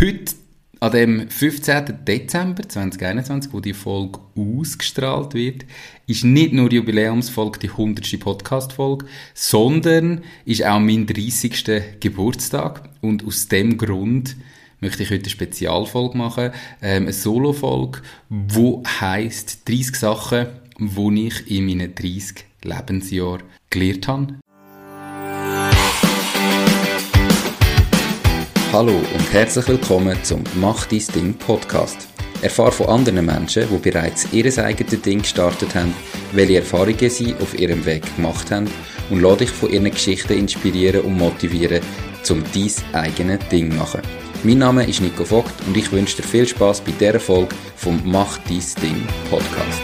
Heute, an dem 15. Dezember 2021, wo die Folge ausgestrahlt wird, ist nicht nur die Jubiläumsfolge die 100. Podcast-Folge, sondern ist auch mein 30. Geburtstag. Und aus dem Grund möchte ich heute eine Spezialfolge machen, eine Solo-Folge, die heisst 30 Sachen, die ich in meinen 30 Lebensjahren gelernt habe. Hallo und herzlich willkommen zum Mach dein Ding Podcast. Erfahre von anderen Menschen, die bereits ihr eigenes Ding gestartet haben, welche Erfahrungen sie auf ihrem Weg gemacht haben und lass dich von ihren Geschichten inspirieren und motivieren, um dein eigenes Ding zu machen. Mein Name ist Nico Vogt und ich wünsche dir viel Spass bei dieser Folge vom Mach dein Ding Podcast.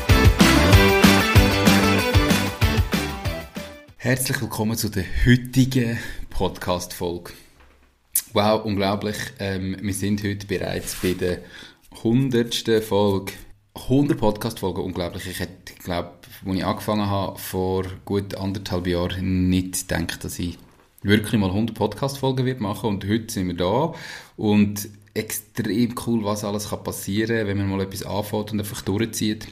Herzlich willkommen zu der heutigen Podcast-Folge. Wow, unglaublich. Wir sind heute bereits bei der 100. Folge. 100 Podcast-Folgen, unglaublich. Ich hätte, glaube, als ich angefangen habe, vor gut 1,5 Jahren, nicht gedacht, dass ich wirklich mal 100 Podcast-Folgen machen werde. Und heute sind wir da. Und extrem cool, was alles passieren kann, wenn man mal etwas anfängt und einfach durchzieht.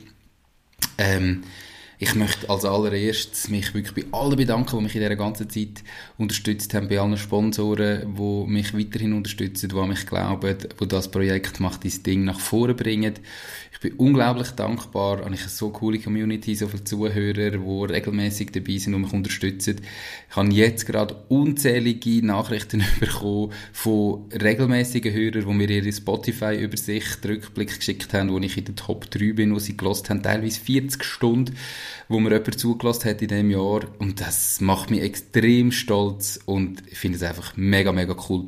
Ich möchte als allererstes mich wirklich bei allen bedanken, die mich in dieser ganzen Zeit unterstützt haben, bei allen Sponsoren, die mich weiterhin unterstützen, die an mich glauben, die das Projekt «Mach dein Ding» nach vorne bringen. Ich bin unglaublich dankbar, habe ich eine so coole Community, so viele Zuhörer, die regelmäßig dabei sind und mich unterstützen. Ich habe jetzt gerade unzählige Nachrichten bekommen von regelmäßigen Hörern, die mir ihre Spotify-Übersicht, Rückblick geschickt haben, wo ich in der Top 3 bin, wo sie gehört haben, teilweise 40 Stunden, wo mir jemand zugelassen hat in diesem Jahr. Und das macht mich extrem stolz und ich finde es einfach mega, mega cool.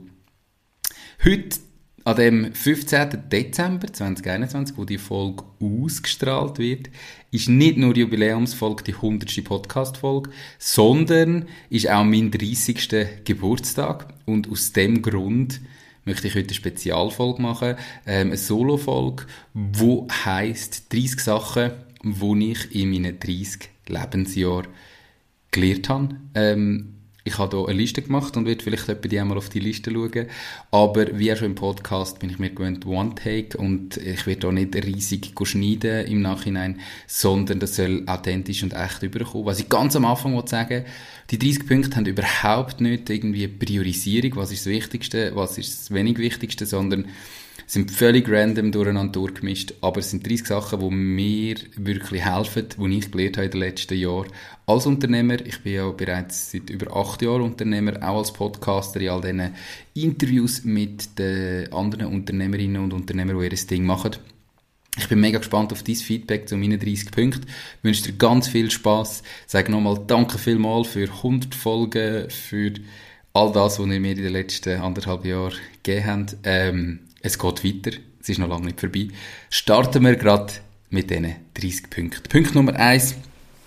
Heute, an dem 15. Dezember 2021, wo die Folge ausgestrahlt wird, ist nicht nur die Jubiläumsfolge die 100. Podcast-Folge, sondern ist auch mein 30. Geburtstag. Und aus dem Grund möchte ich heute eine Spezialfolge machen, eine Solo-Folge, die heisst 30 Sachen, die ich in meinen 30 Lebensjahren gelernt habe. Ich habe hier eine Liste gemacht und werde vielleicht etwa die einmal auf die Liste schauen. Aber wie auch schon im Podcast bin ich mir gewöhnt One-Take und ich werde hier nicht riesig schneiden im Nachhinein, sondern das soll authentisch und echt überkommen. Was ich ganz am Anfang sagen will, die 30 Punkte haben überhaupt nicht irgendwie eine Priorisierung, was ist das Wichtigste, was ist das wenig Wichtigste, sondern sind völlig random durcheinander durchgemischt, aber es sind 30 Sachen, die mir wirklich helfen, die ich gelernt habe in den letzten Jahren. Als Unternehmer, ich bin ja bereits seit über 8 Jahren Unternehmer, auch als Podcaster in all diesen Interviews mit den anderen Unternehmerinnen und Unternehmern, die ihr Ding machen. Ich bin mega gespannt auf dein Feedback zu meinen 30 Punkten. Ich wünsche dir ganz viel Spass. Sage nochmal danke vielmals für 100 Folgen, für all das, was ihr mir in den letzten 1,5 Jahren gegeben habt. Es geht weiter, es ist noch lange nicht vorbei. Starten wir gerade mit diesen 30 Punkten. Punkt Nummer 1.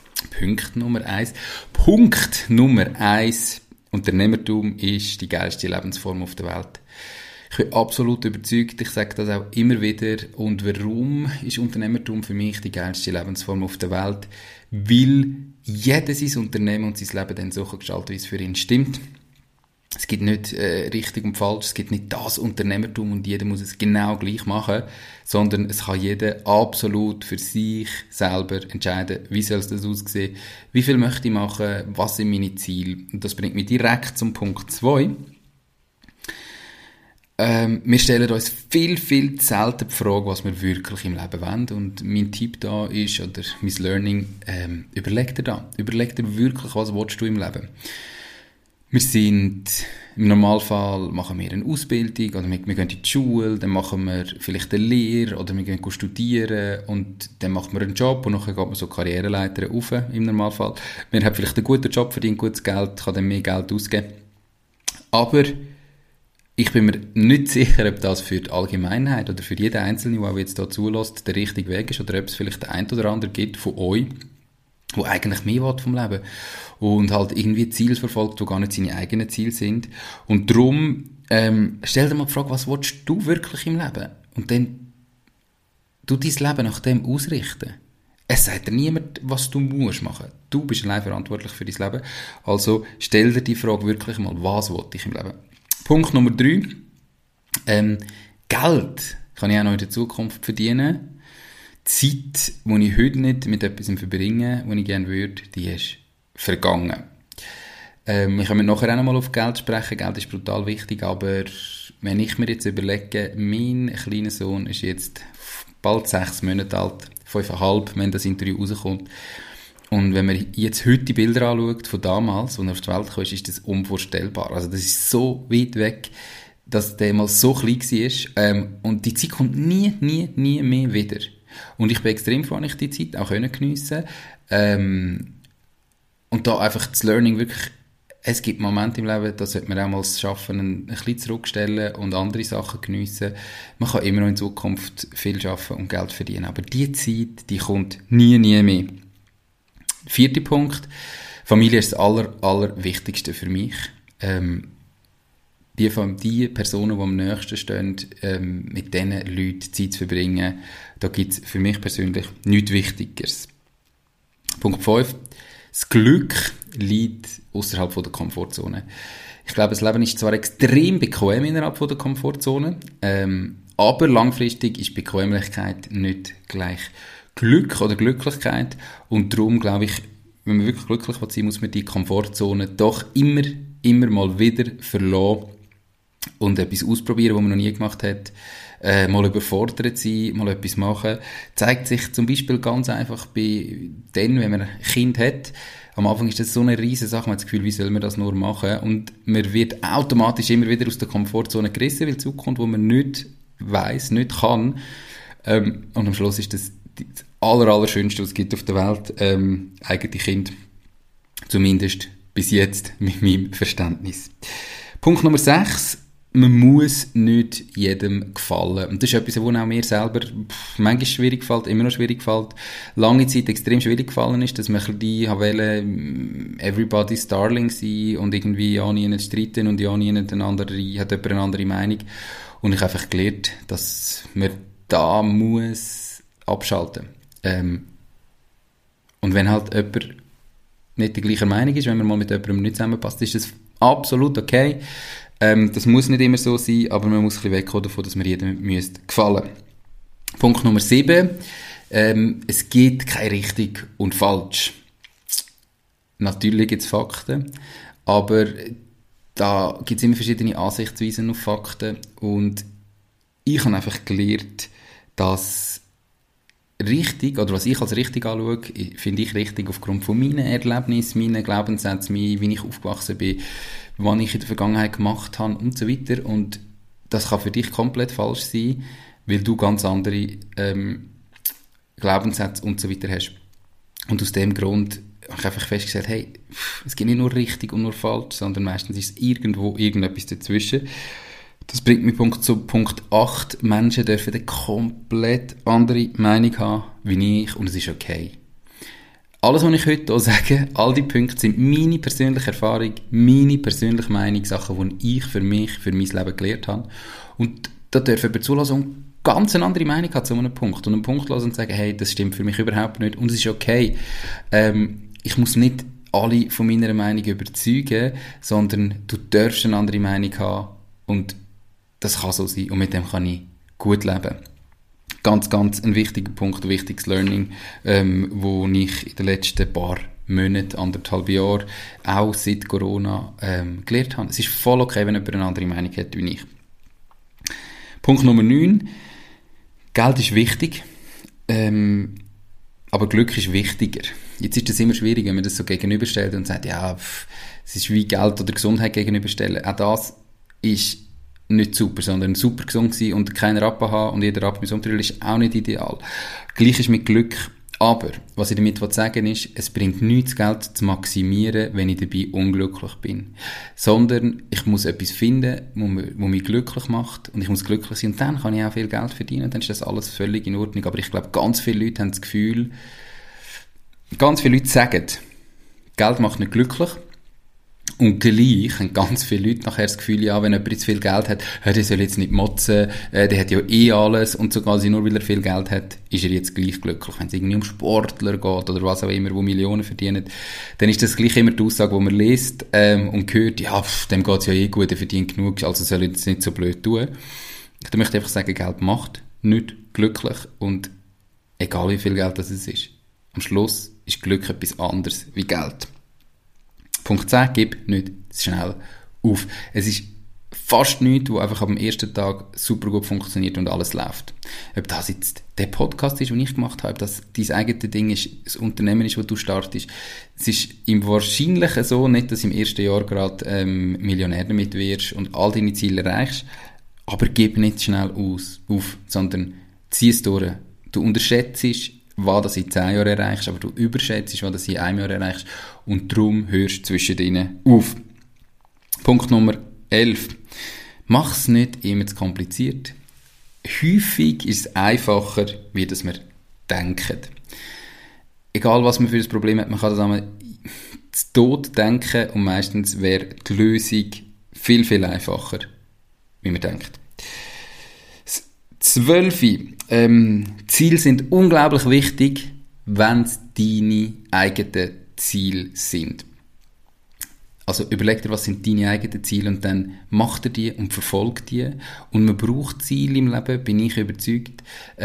Unternehmertum ist die geilste Lebensform auf der Welt. Ich bin absolut überzeugt, ich sage das auch immer wieder. Und warum ist Unternehmertum für mich die geilste Lebensform auf der Welt? Weil jeder sein Unternehmen und sein Leben dann so gestaltet, wie es für ihn stimmt. Es gibt nicht richtig und falsch, es gibt nicht das Unternehmertum und jeder muss es genau gleich machen, sondern es kann jeder absolut für sich selber entscheiden, wie soll es das aussehen, wie viel möchte ich machen, was sind meine Ziele. Und das bringt mich direkt zum Punkt 2. Wir stellen uns viel, viel zu selten die Frage, was wir wirklich im Leben wollen. Und mein Tipp da ist, oder mein Learning, überleg dir wirklich, was willst du im Leben. Wir sind, im Normalfall machen wir eine Ausbildung oder wir gehen in die Schule, dann machen wir vielleicht eine Lehre oder wir gehen studieren und dann macht man einen Job und nachher geht man so Karriereleiter rauf im Normalfall. Man hat vielleicht einen guten Job, verdient gutes Geld, kann dann mehr Geld ausgeben. Aber ich bin mir nicht sicher, ob das für die Allgemeinheit oder für jeden Einzelnen, der jetzt hier zulässt, der richtige Weg ist oder ob es vielleicht der ein oder andere gibt von euch, der eigentlich mehr will vom Leben und halt irgendwie Ziele verfolgt, die gar nicht seine eigenen Ziele sind. Und darum stell dir mal die Frage, was willst du wirklich im Leben? Und dann du dein Leben nach dem ausrichten. Es sagt dir niemand, was du musst machen. Du bist allein verantwortlich für dein Leben. Also stell dir die Frage wirklich mal, was will ich im Leben? Punkt Nummer 3. Geld kann ich auch noch in der Zukunft verdienen. Die Zeit, die ich heute nicht mit etwas verbringe, was ich gerne würde, die ist vergangen. Wir können nachher auch noch mal auf Geld sprechen. Geld ist brutal wichtig, aber wenn ich mir jetzt überlege, mein kleiner Sohn ist jetzt bald 6 Monate alt, 5,5, wenn das Interview rauskommt. Und wenn man jetzt heute die Bilder anschaut von damals, als er auf die Welt kam, ist das unvorstellbar. Also das ist so weit weg, dass der mal so klein war. Und die Zeit kommt nie mehr wieder. Und ich bin extrem froh, dass ich die Zeit auch geniessen konnte. Und da einfach das Learning wirklich, es gibt Momente im Leben, da sollte man auch mal es schaffen, ein bisschen zurückstellen und andere Sachen geniessen. Man kann immer noch in Zukunft viel arbeiten und Geld verdienen. Aber die Zeit, die kommt nie mehr. 4. Punkt. Familie ist das Allerwichtigste für mich. Die Personen, die am nächsten stehen, mit diesen Leuten Zeit zu verbringen, da gibt es für mich persönlich nichts Wichtigeres. Punkt 5. Das Glück liegt außerhalb der Komfortzone. Ich glaube, das Leben ist zwar extrem bequem innerhalb der Komfortzone, aber langfristig ist Bequemlichkeit nicht gleich Glück oder Glücklichkeit. Und darum glaube ich, wenn man wirklich glücklich sein will, muss man die Komfortzone doch immer mal wieder verlassen und etwas ausprobieren, was man noch nie gemacht hat. Mal überfordert sein, mal etwas machen. Zeigt sich zum Beispiel ganz einfach bei denen, wenn man ein Kind hat. Am Anfang ist das so eine riesige Sache, man hat das Gefühl, wie soll man das nur machen? Und man wird automatisch immer wieder aus der Komfortzone gerissen, weil es kommt, wo man nicht weiss, nicht kann. Und am Schluss ist das Allerschönste, was es gibt auf der Welt, eigene Kind. Zumindest bis jetzt mit meinem Verständnis. Punkt Nummer 6. Man muss nicht jedem gefallen. Und das ist etwas, was auch mir selber manchmal schwierig gefällt, immer noch schwierig gefällt. Lange Zeit extrem schwierig gefallen ist, dass man die everybody's darling sein und irgendwie ja nie nicht streiten und ja nie nicht hat jemand eine andere Meinung. Und ich habe einfach gelernt, dass man da muss abschalten. Und wenn halt jemand nicht der gleichen Meinung ist, wenn man mal mit jemandem nicht zusammenpasst, ist das absolut okay. Das muss nicht immer so sein, aber man muss ein bisschen wegkommen davon, dass man jedem gefallen müsste. Punkt Nummer 7. Es gibt kein richtig und falsch. Natürlich gibt es Fakten, aber da gibt es immer verschiedene Ansichtsweisen auf Fakten und ich habe einfach gelernt, dass richtig, oder was ich als richtig anschaue, finde ich richtig aufgrund von meinen Erlebnissen, meinen Glaubenssätzen, wie ich aufgewachsen bin, was ich in der Vergangenheit gemacht habe und so weiter. Und das kann für dich komplett falsch sein, weil du ganz andere Glaubenssätze und so weiter hast. Und aus dem Grund habe ich einfach festgestellt, hey, es gibt nicht nur richtig und nur falsch, sondern meistens ist es irgendwo irgendetwas dazwischen. Das bringt mich zu Punkt 8. Menschen dürfen eine komplett andere Meinung haben wie ich und es ist okay. Alles, was ich heute hier sage, all die Punkte sind meine persönliche Erfahrung, meine persönliche Meinung, Sachen, die ich für mich, für mein Leben gelernt habe. Und da dürfen wir zulassen und ganz eine andere Meinung haben zu einem Punkt. Und einen Punkt hören und sagen, hey, das stimmt für mich überhaupt nicht und es ist okay. Ich muss nicht alle von meiner Meinung überzeugen, sondern du darfst eine andere Meinung haben und das kann so sein und mit dem kann ich gut leben. Ganz ein wichtiger Punkt, ein wichtiges Learning, wo ich in den letzten paar Monaten, 1,5 Jahre, auch seit Corona gelernt habe. Es ist voll okay, wenn jemand eine andere Meinung hat wie ich. Punkt Nummer 9. Geld ist wichtig, aber Glück ist wichtiger. Jetzt ist das immer schwierig, wenn man das so gegenüberstellt und sagt, ja, es ist wie Geld oder Gesundheit gegenüberstellen. Auch das ist nicht super, sondern super gesund sein und keinen Rappen haben und jeder Rappen umdrehen ist auch nicht ideal. Gleich ist mit Glück. Aber, was ich damit sagen will, ist, es bringt nichts, Geld zu maximieren, wenn ich dabei unglücklich bin. Sondern ich muss etwas finden, wo mich glücklich macht und ich muss glücklich sein und dann kann ich auch viel Geld verdienen, dann ist das alles völlig in Ordnung. Aber ich glaube, ganz viele Leute haben das Gefühl, ganz viele Leute sagen, Geld macht nicht glücklich. Und gleich haben ganz viele Leute nachher das Gefühl, ja, wenn jemand jetzt viel Geld hat, der soll jetzt nicht motzen, der hat ja eh alles und sogar nur weil er viel Geld hat, ist er jetzt gleich glücklich. Wenn es irgendwie um Sportler geht oder was auch immer, wo Millionen verdienen, dann ist das gleich immer die Aussage, die man liest und hört, ja, dem geht's ja eh gut, der verdient genug, also soll er jetzt nicht so blöd tun. Da möchte ich einfach sagen, Geld macht nicht glücklich und egal wie viel Geld das ist. Am Schluss ist Glück etwas anderes wie Geld. Punkt 10, gib nicht schnell auf. Es ist fast nichts, wo einfach am ersten Tag super gut funktioniert und alles läuft. Ob das jetzt der Podcast ist, den ich gemacht habe, ob das dein eigenes Ding ist, das Unternehmen ist, das du startest. Es ist im Wahrscheinlichen so, nicht, dass du im ersten Jahr gerade Millionär damit wirst und all deine Ziele erreichst, aber gib nicht schnell auf, sondern zieh es durch. Du unterschätzt, was du in 10 Jahren erreichst, aber du überschätzt, was du in einem Jahr erreichst und darum hörst du zwischendrin auf. Punkt Nummer 11. Mach es nicht immer zu kompliziert. Häufig ist es einfacher, wie das wir denken. Egal, was man für ein Problem hat, man kann das einmal zu Tod denken und meistens wäre die Lösung viel, viel einfacher, wie man denkt. 12. Ziele sind unglaublich wichtig, wenn es deine eigenen Ziele sind. Also überleg dir, was sind deine eigenen Ziele und dann mach dir die und verfolg die. Und man braucht Ziele im Leben, bin ich überzeugt.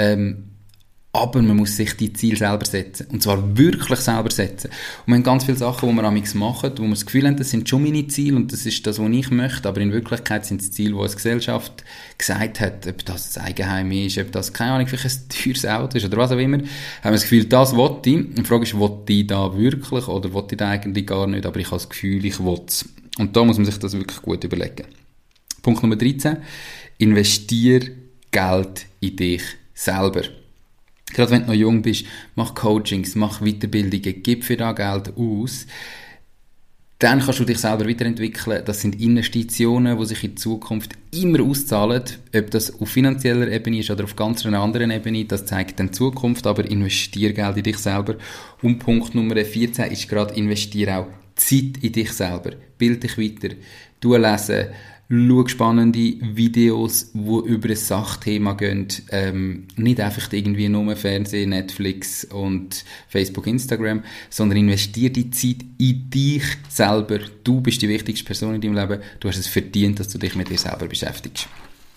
Aber man muss sich die Ziele selber setzen. Und zwar wirklich selber setzen. Und wir haben ganz viele Sachen, die wir amigs machen, wo wir das Gefühl haben, das sind schon meine Ziele und das ist das, was ich möchte. Aber in Wirklichkeit sind es Ziele, die uns Gesellschaft gesagt hat, ob das ein Eigenheim ist, ob das, keine Ahnung, vielleicht ein teures Auto ist oder was auch immer. Haben wir das Gefühl, das will ich. Und die Frage ist, will ich da wirklich oder will ich da eigentlich gar nicht? Aber ich habe das Gefühl, ich will es. Und da muss man sich das wirklich gut überlegen. Punkt Nummer 13. Investier Geld in dich selber. Gerade wenn du noch jung bist, mach Coachings, mach Weiterbildungen, gib für das Geld aus. Dann kannst du dich selber weiterentwickeln. Das sind Investitionen, die sich in Zukunft immer auszahlen. Ob das auf finanzieller Ebene ist oder auf ganz einer anderen Ebene, das zeigt dann die Zukunft. Aber investier Geld in dich selber. Und Punkt Nummer 14 ist gerade, investier auch Zeit in dich selber. Bild dich weiter. Du lesen. Schau spannende Videos, die über ein Sachthema gehen. Nicht einfach irgendwie nur Fernsehen, Netflix und Facebook, Instagram, sondern investiere die Zeit in dich selber. Du bist die wichtigste Person in deinem Leben. Du hast es verdient, dass du dich mit dir selber beschäftigst.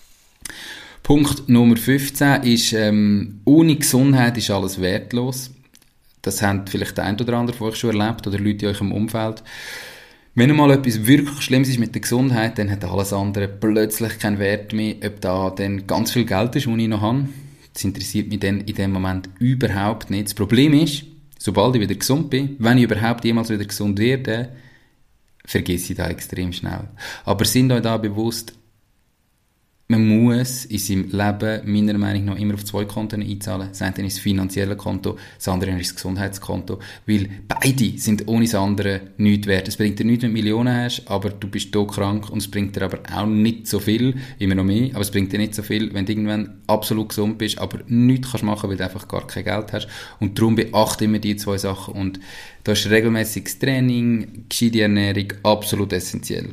Punkt Nummer 15 ist, ohne Gesundheit ist alles wertlos. Das haben vielleicht der ein oder andere von euch schon erlebt oder Leute in eurem Umfeld. Wenn einmal etwas wirklich Schlimmes ist mit der Gesundheit, dann hat alles andere plötzlich keinen Wert mehr. Ob da dann ganz viel Geld ist, das ich noch habe, das interessiert mich dann in dem Moment überhaupt nicht. Das Problem ist, sobald ich wieder gesund bin, wenn ich überhaupt jemals wieder gesund werde, vergesse ich das extrem schnell. Aber sind euch da bewusst, man muss in seinem Leben meiner Meinung nach immer auf 2 Konten einzahlen. Das eine ist das finanzielle Konto, das andere ist das Gesundheitskonto. Weil beide sind ohne das andere nichts wert. Es bringt dir nichts, wenn du Millionen hast, aber du bist krank und es bringt dir aber auch nicht so viel, immer noch mehr, aber es bringt dir nicht so viel, wenn du irgendwann absolut gesund bist, aber nichts kannst machen, weil du einfach gar kein Geld hast. Und darum beachte immer die 2 Sachen. Und da ist regelmäßiges Training, gescheite Ernährung absolut essentiell.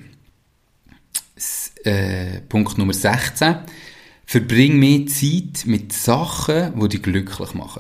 Punkt Nummer 16. Verbring mehr Zeit mit Sachen, die dich glücklich machen.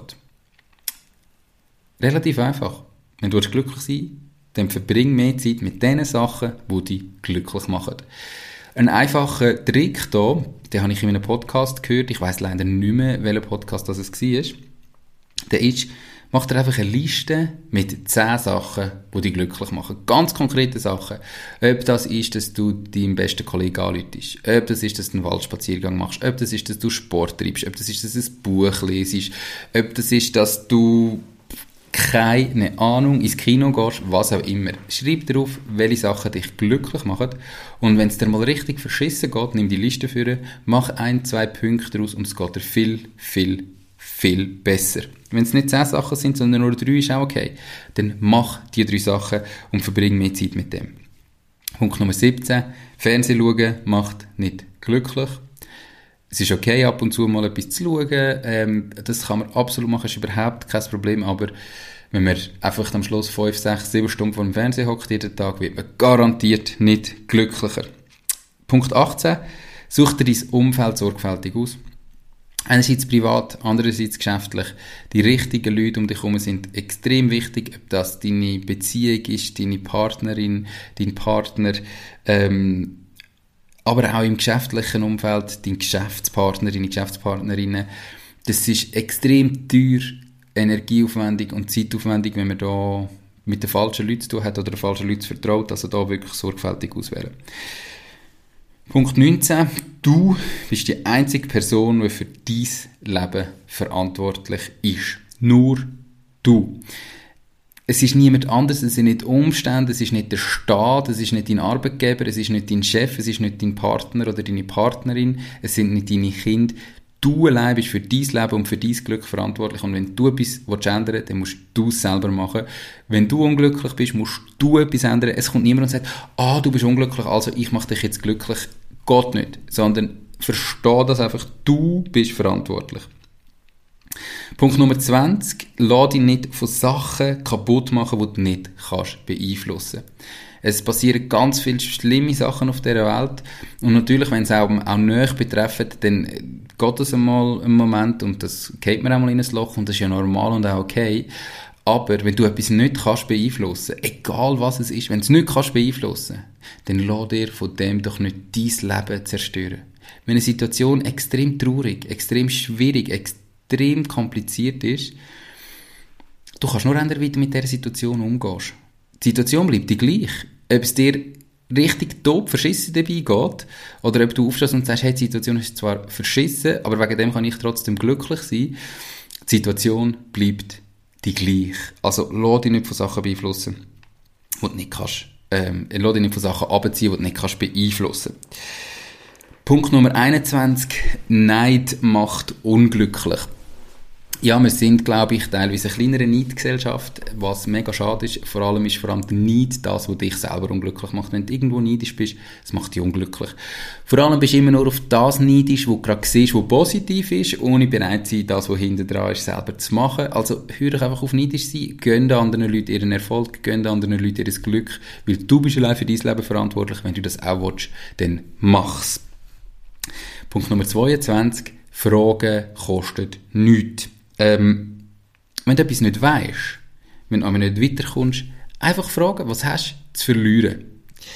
Relativ einfach. Wenn du glücklich sein willst, dann verbring mehr Zeit mit den Sachen, die dich glücklich machen. Ein einfacher Trick hier, den habe ich in einem Podcast gehört, ich weiss leider nicht mehr, welcher Podcast das war, der ist, mach dir einfach eine Liste mit 10 Sachen, die dich glücklich machen. Ganz konkrete Sachen. Ob das ist, dass du deinem besten Kollegen anrufst, ob das ist, dass du einen Waldspaziergang machst, ob das ist, dass du Sport treibst, ob das ist, dass du ein Buch lesest, ob das ist, dass du keine Ahnung, ins Kino gehst, was auch immer. Schreib darauf, welche Sachen dich glücklich machen. Und wenn es dir mal richtig verschissen geht, nimm die Liste für, mach 1, 2 Punkte daraus und es geht dir viel, viel, viel besser. Wenn es nicht 10 Sachen sind, sondern nur 3, ist auch okay. Dann mach die 3 Sachen und verbring mehr Zeit mit dem. Punkt Nummer 17. Fernsehen schauen macht nicht glücklich. Es ist okay, ab und zu mal etwas zu schauen. Das kann man absolut machen, ist überhaupt kein Problem. Aber wenn man einfach am Schluss 5, 6, 7 Stunden vor dem Fernsehen hockt jeden Tag, wird man garantiert nicht glücklicher. Punkt 18. Such dir dein Umfeld sorgfältig aus. Einerseits privat, andererseits geschäftlich. Die richtigen Leute um dich herum sind extrem wichtig, ob das deine Beziehung ist, deine Partnerin, dein Partner, aber auch im geschäftlichen Umfeld, dein Geschäftspartner, deine Geschäftspartnerinnen. Das ist extrem teuer, energieaufwendig und zeitaufwendig, wenn man da mit den falschen Leuten zu tun hat oder den falschen Leuten vertraut, also da wirklich sorgfältig auswählen. Punkt 19. Du bist die einzige Person, die für dein Leben verantwortlich ist. Nur du. Es ist niemand anderes, es sind nicht Umstände, es ist nicht der Staat, es ist nicht dein Arbeitgeber, es ist nicht dein Chef, es ist nicht dein Partner oder deine Partnerin, es sind nicht deine Kinder. Du allein bist für dein Leben und für dein Glück verantwortlich. Und wenn du etwas ändern willst, dann musst du es selber machen. Wenn du unglücklich bist, musst du etwas ändern. Es kommt niemand und sagt, du bist unglücklich, also ich mache dich jetzt glücklich. Geht nicht. Sondern versteh das einfach, du bist verantwortlich. Punkt Nummer 20. Lass dich nicht von Sachen kaputt machen, die du nicht kannst beeinflussen. Es passieren ganz viele schlimme Sachen auf dieser Welt. Und natürlich, wenn es auch näher betreffen, dann geht es einmal einen Moment und das geht mir einmal in ein Loch und das ist ja normal und auch okay. Aber wenn du etwas nicht kannst beeinflussen, egal was es ist, wenn du es nicht kannst beeinflussen, dann lass dir von dem doch nicht dein Leben zerstören. Wenn eine Situation extrem traurig, extrem schwierig, extrem kompliziert ist, du kannst nur ändern, wie du mit dieser Situation umgehst. Die Situation bleibt die gleich. Ob es dir richtig top verschissen dabei geht, oder ob du aufstehst und sagst, hey, die Situation ist zwar verschissen, aber wegen dem kann ich trotzdem glücklich sein. Die Situation bleibt die gleich. Also, lass dich nicht von Sachen beeinflussen, die du nicht kannst. Lass dich nicht von Sachen abziehen, die du nicht kannst beeinflussen. Punkt Nummer 21. Neid macht unglücklich. Ja, wir sind, glaube ich, teilweise eine kleinere Neidgesellschaft, was mega schade ist. Vor allem ist der Neid das, was dich selber unglücklich macht. Wenn du irgendwo neidisch bist, das macht dich unglücklich. Vor allem bist du immer nur auf das neidisch, was du gerade siehst, was positiv ist, ohne bereit zu sein, das, was hinten dran ist, selber zu machen. Also hör dich einfach auf neidisch sein, gönn anderen Leuten ihren Erfolg, gönn anderen Leuten ihr Glück, weil du bist allein für dein Leben verantwortlich. Wenn du das auch willst, dann mach's. Punkt Nummer 22. Fragen kosten nichts. Wenn du etwas nicht weisst, wenn du aber nicht weiterkommst, einfach fragen, was hast du zu verlieren?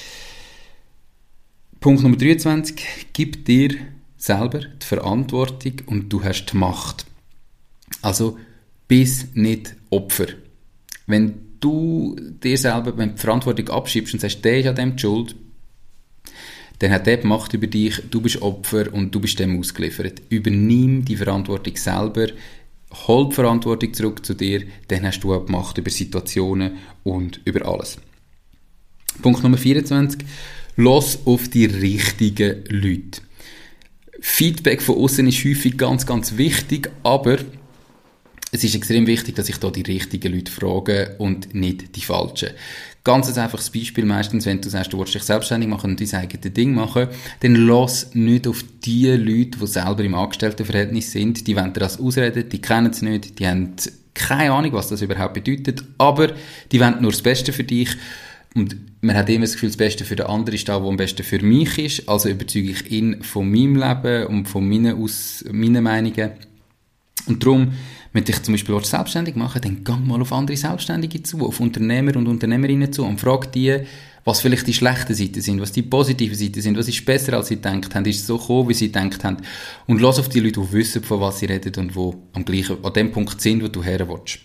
Punkt Nummer 23. Gib dir selber die Verantwortung und du hast die Macht. Also, bist nicht Opfer. Wenn du dir selber die Verantwortung abschiebst und sagst, der ist an dem die Schuld, dann hat der die Macht über dich, du bist Opfer und du bist dem ausgeliefert. Übernimm die Verantwortung selber, hol die Verantwortung zurück zu dir, dann hast du auch die Macht über Situationen und über alles. Punkt Nummer 24. Lass auf die richtigen Leute. Feedback von außen ist häufig ganz, ganz wichtig, aber es ist extrem wichtig, dass ich da die richtigen Leute frage und nicht die falschen. Ganz ein einfaches Beispiel meistens, wenn du sagst, du willst dich selbstständig machen und dein eigenes Ding machen, dann lass nicht auf die Leute, die selber im Angestelltenverhältnis sind, die wollen dir das ausreden, die kennen es nicht, die haben keine Ahnung, was das überhaupt bedeutet, aber die wollen nur das Beste für dich und man hat immer das Gefühl, das Beste für den anderen ist da, was am besten für mich ist, also überzeuge ich ihn von meinem Leben und von meinen Meinungen. Und darum, wenn du dich zum Beispiel selbstständig machen willst, dann gang mal auf andere Selbstständige zu, auf Unternehmer und Unternehmerinnen zu und frag die, was vielleicht die schlechten Seiten sind, was die positiven Seiten sind, was ist besser, als sie gedacht haben, ist es so gekommen, wie sie gedacht haben. Und lass auf die Leute, die wissen, von was sie reden und die an dem Punkt sind, wo du her willst.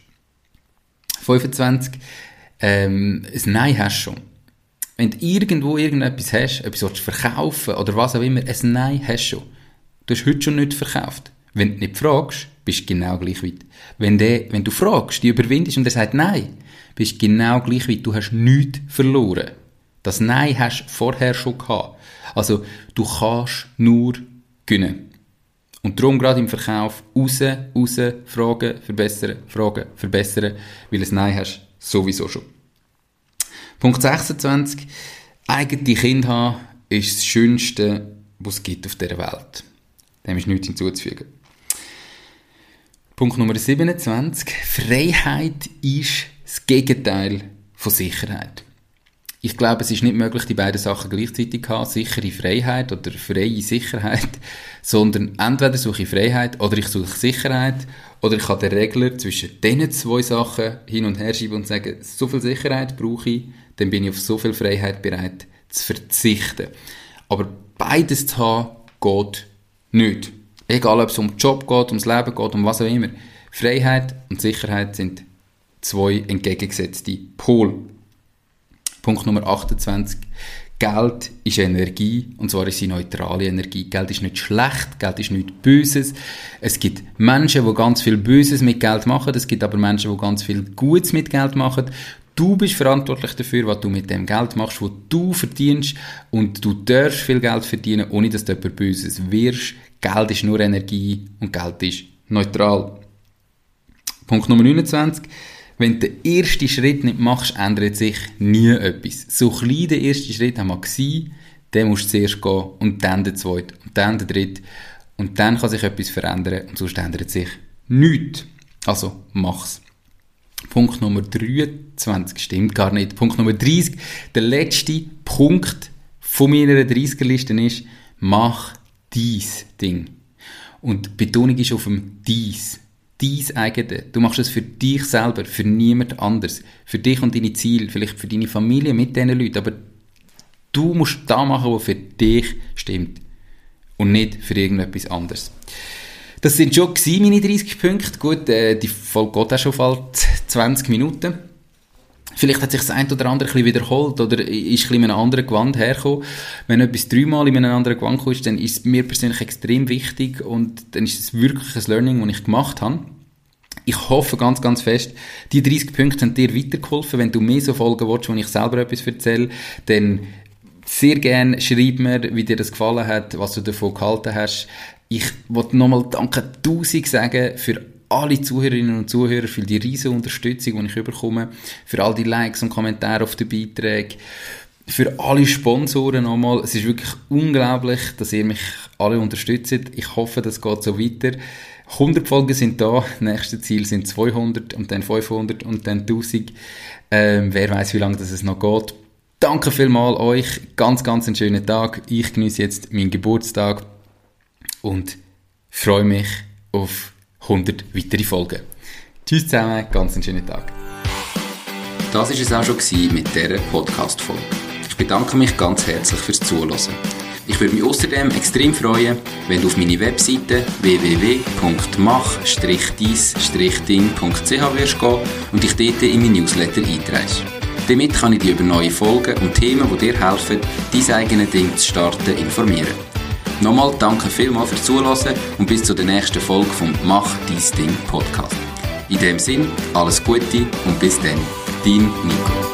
25. Ein Nein hast du schon. Wenn du irgendwo irgendetwas hast, etwas willst verkaufen oder was auch immer, ein Nein hast du schon. Du hast heute schon nicht verkauft. Wenn du nicht fragst, bist du genau gleich weit. Wenn du fragst, die überwindest und der sagt Nein, bist du genau gleich weit. Du hast nichts verloren. Das Nein hast du vorher schon gehabt. Also, du kannst nur gewinnen. Und darum gerade im Verkauf raus, fragen, verbessern, weil ein Nein hast sowieso schon. Punkt 26. Eigene Kinder haben ist das Schönste, was es gibt auf dieser Welt. Dem ist nichts hinzuzufügen. Punkt Nummer 27. Freiheit ist das Gegenteil von Sicherheit. Ich glaube, es ist nicht möglich, die beiden Sachen gleichzeitig zu haben, sichere Freiheit oder freie Sicherheit, sondern entweder suche ich Freiheit oder ich suche Sicherheit oder ich kann den Regler zwischen diesen zwei Sachen hin und her schieben und sagen, so viel Sicherheit brauche ich, dann bin ich auf so viel Freiheit bereit zu verzichten. Aber beides zu haben, geht nicht. Egal, ob es um den Job geht, ums Leben geht, um was auch immer. Freiheit und Sicherheit sind 2 entgegengesetzte Pole. Punkt Nummer 28. Geld ist Energie, und zwar ist sie neutrale Energie. Geld ist nicht schlecht, Geld ist nichts Böses. Es gibt Menschen, die ganz viel Böses mit Geld machen, es gibt aber Menschen, die ganz viel Gutes mit Geld machen. Du bist verantwortlich dafür, was du mit dem Geld machst, was du verdienst, und du darfst viel Geld verdienen, ohne dass du etwas Böses wirst. Geld ist nur Energie und Geld ist neutral. Punkt Nummer 29. Wenn du den ersten Schritt nicht machst, ändert sich nie etwas. So klein der erste Schritt einmal war, dann musst du zuerst gehen und dann der zweite und dann der dritte. Und dann kann sich etwas verändern und sonst ändert sich nichts. Also, mach's. Punkt Nummer 23, stimmt gar nicht. Punkt Nummer 30, der letzte Punkt von meiner 30er-Liste ist, mach dies Ding. Und die Betonung ist auf dem dies. Dein eigene. Du machst es für dich selber, für niemand anderes. Für dich und deine Ziele, vielleicht für deine Familie mit diesen Leuten. Aber du musst das machen, was für dich stimmt. Und nicht für irgendetwas anderes. Das sind schon meine 30 Punkte. Gut, die Folge geht auch schon bald 20 Minuten. Vielleicht hat sich das ein oder andere ein bisschen wiederholt oder ist ein bisschen in einem anderen Gewand hergekommen. Wenn etwas 3-mal in einem anderen Gewand kommt, dann ist es mir persönlich extrem wichtig und dann ist es wirklich ein Learning, das ich gemacht habe. Ich hoffe ganz, ganz fest, die 30 Punkte haben dir weitergeholfen. Wenn du mehr so Folgen willst, wo ich selber etwas erzähle, dann sehr gerne schreib mir, wie dir das gefallen hat, was du davon gehalten hast. Ich wollte nochmal Danke 1000 sagen für alle Zuhörerinnen und Zuhörer, für die riesige Unterstützung, die ich bekomme, für all die Likes und Kommentare auf den Beiträgen, für alle Sponsoren nochmal. Es ist wirklich unglaublich, dass ihr mich alle unterstützt. Ich hoffe, das geht so weiter. 100 Folgen sind da, das nächste Ziel sind 200 und dann 500 und dann 1000. Wer weiß, wie lange das noch geht. Danke vielmals euch, ganz, ganz einen schönen Tag. Ich genieße jetzt meinen Geburtstag und freue mich auf 100 weitere Folgen. Tschüss zusammen, ganz einen schönen Tag. Das war es auch schon mit dieser Podcast-Folge. Ich bedanke mich ganz herzlich fürs Zuhören. Ich würde mich außerdem extrem freuen, wenn du auf meine Webseite www.mach-deis-ding.ch wirst gehen und dich dort in mein Newsletter einträgst. Damit kann ich dich über neue Folgen und Themen, die dir helfen, dein eigenes Ding zu starten, informieren. Nochmal danke vielmals fürs Zuhören und bis zur nächsten Folge vom Mach deis Ding Podcast. In dem Sinn, alles Gute und bis dann, dein Nico.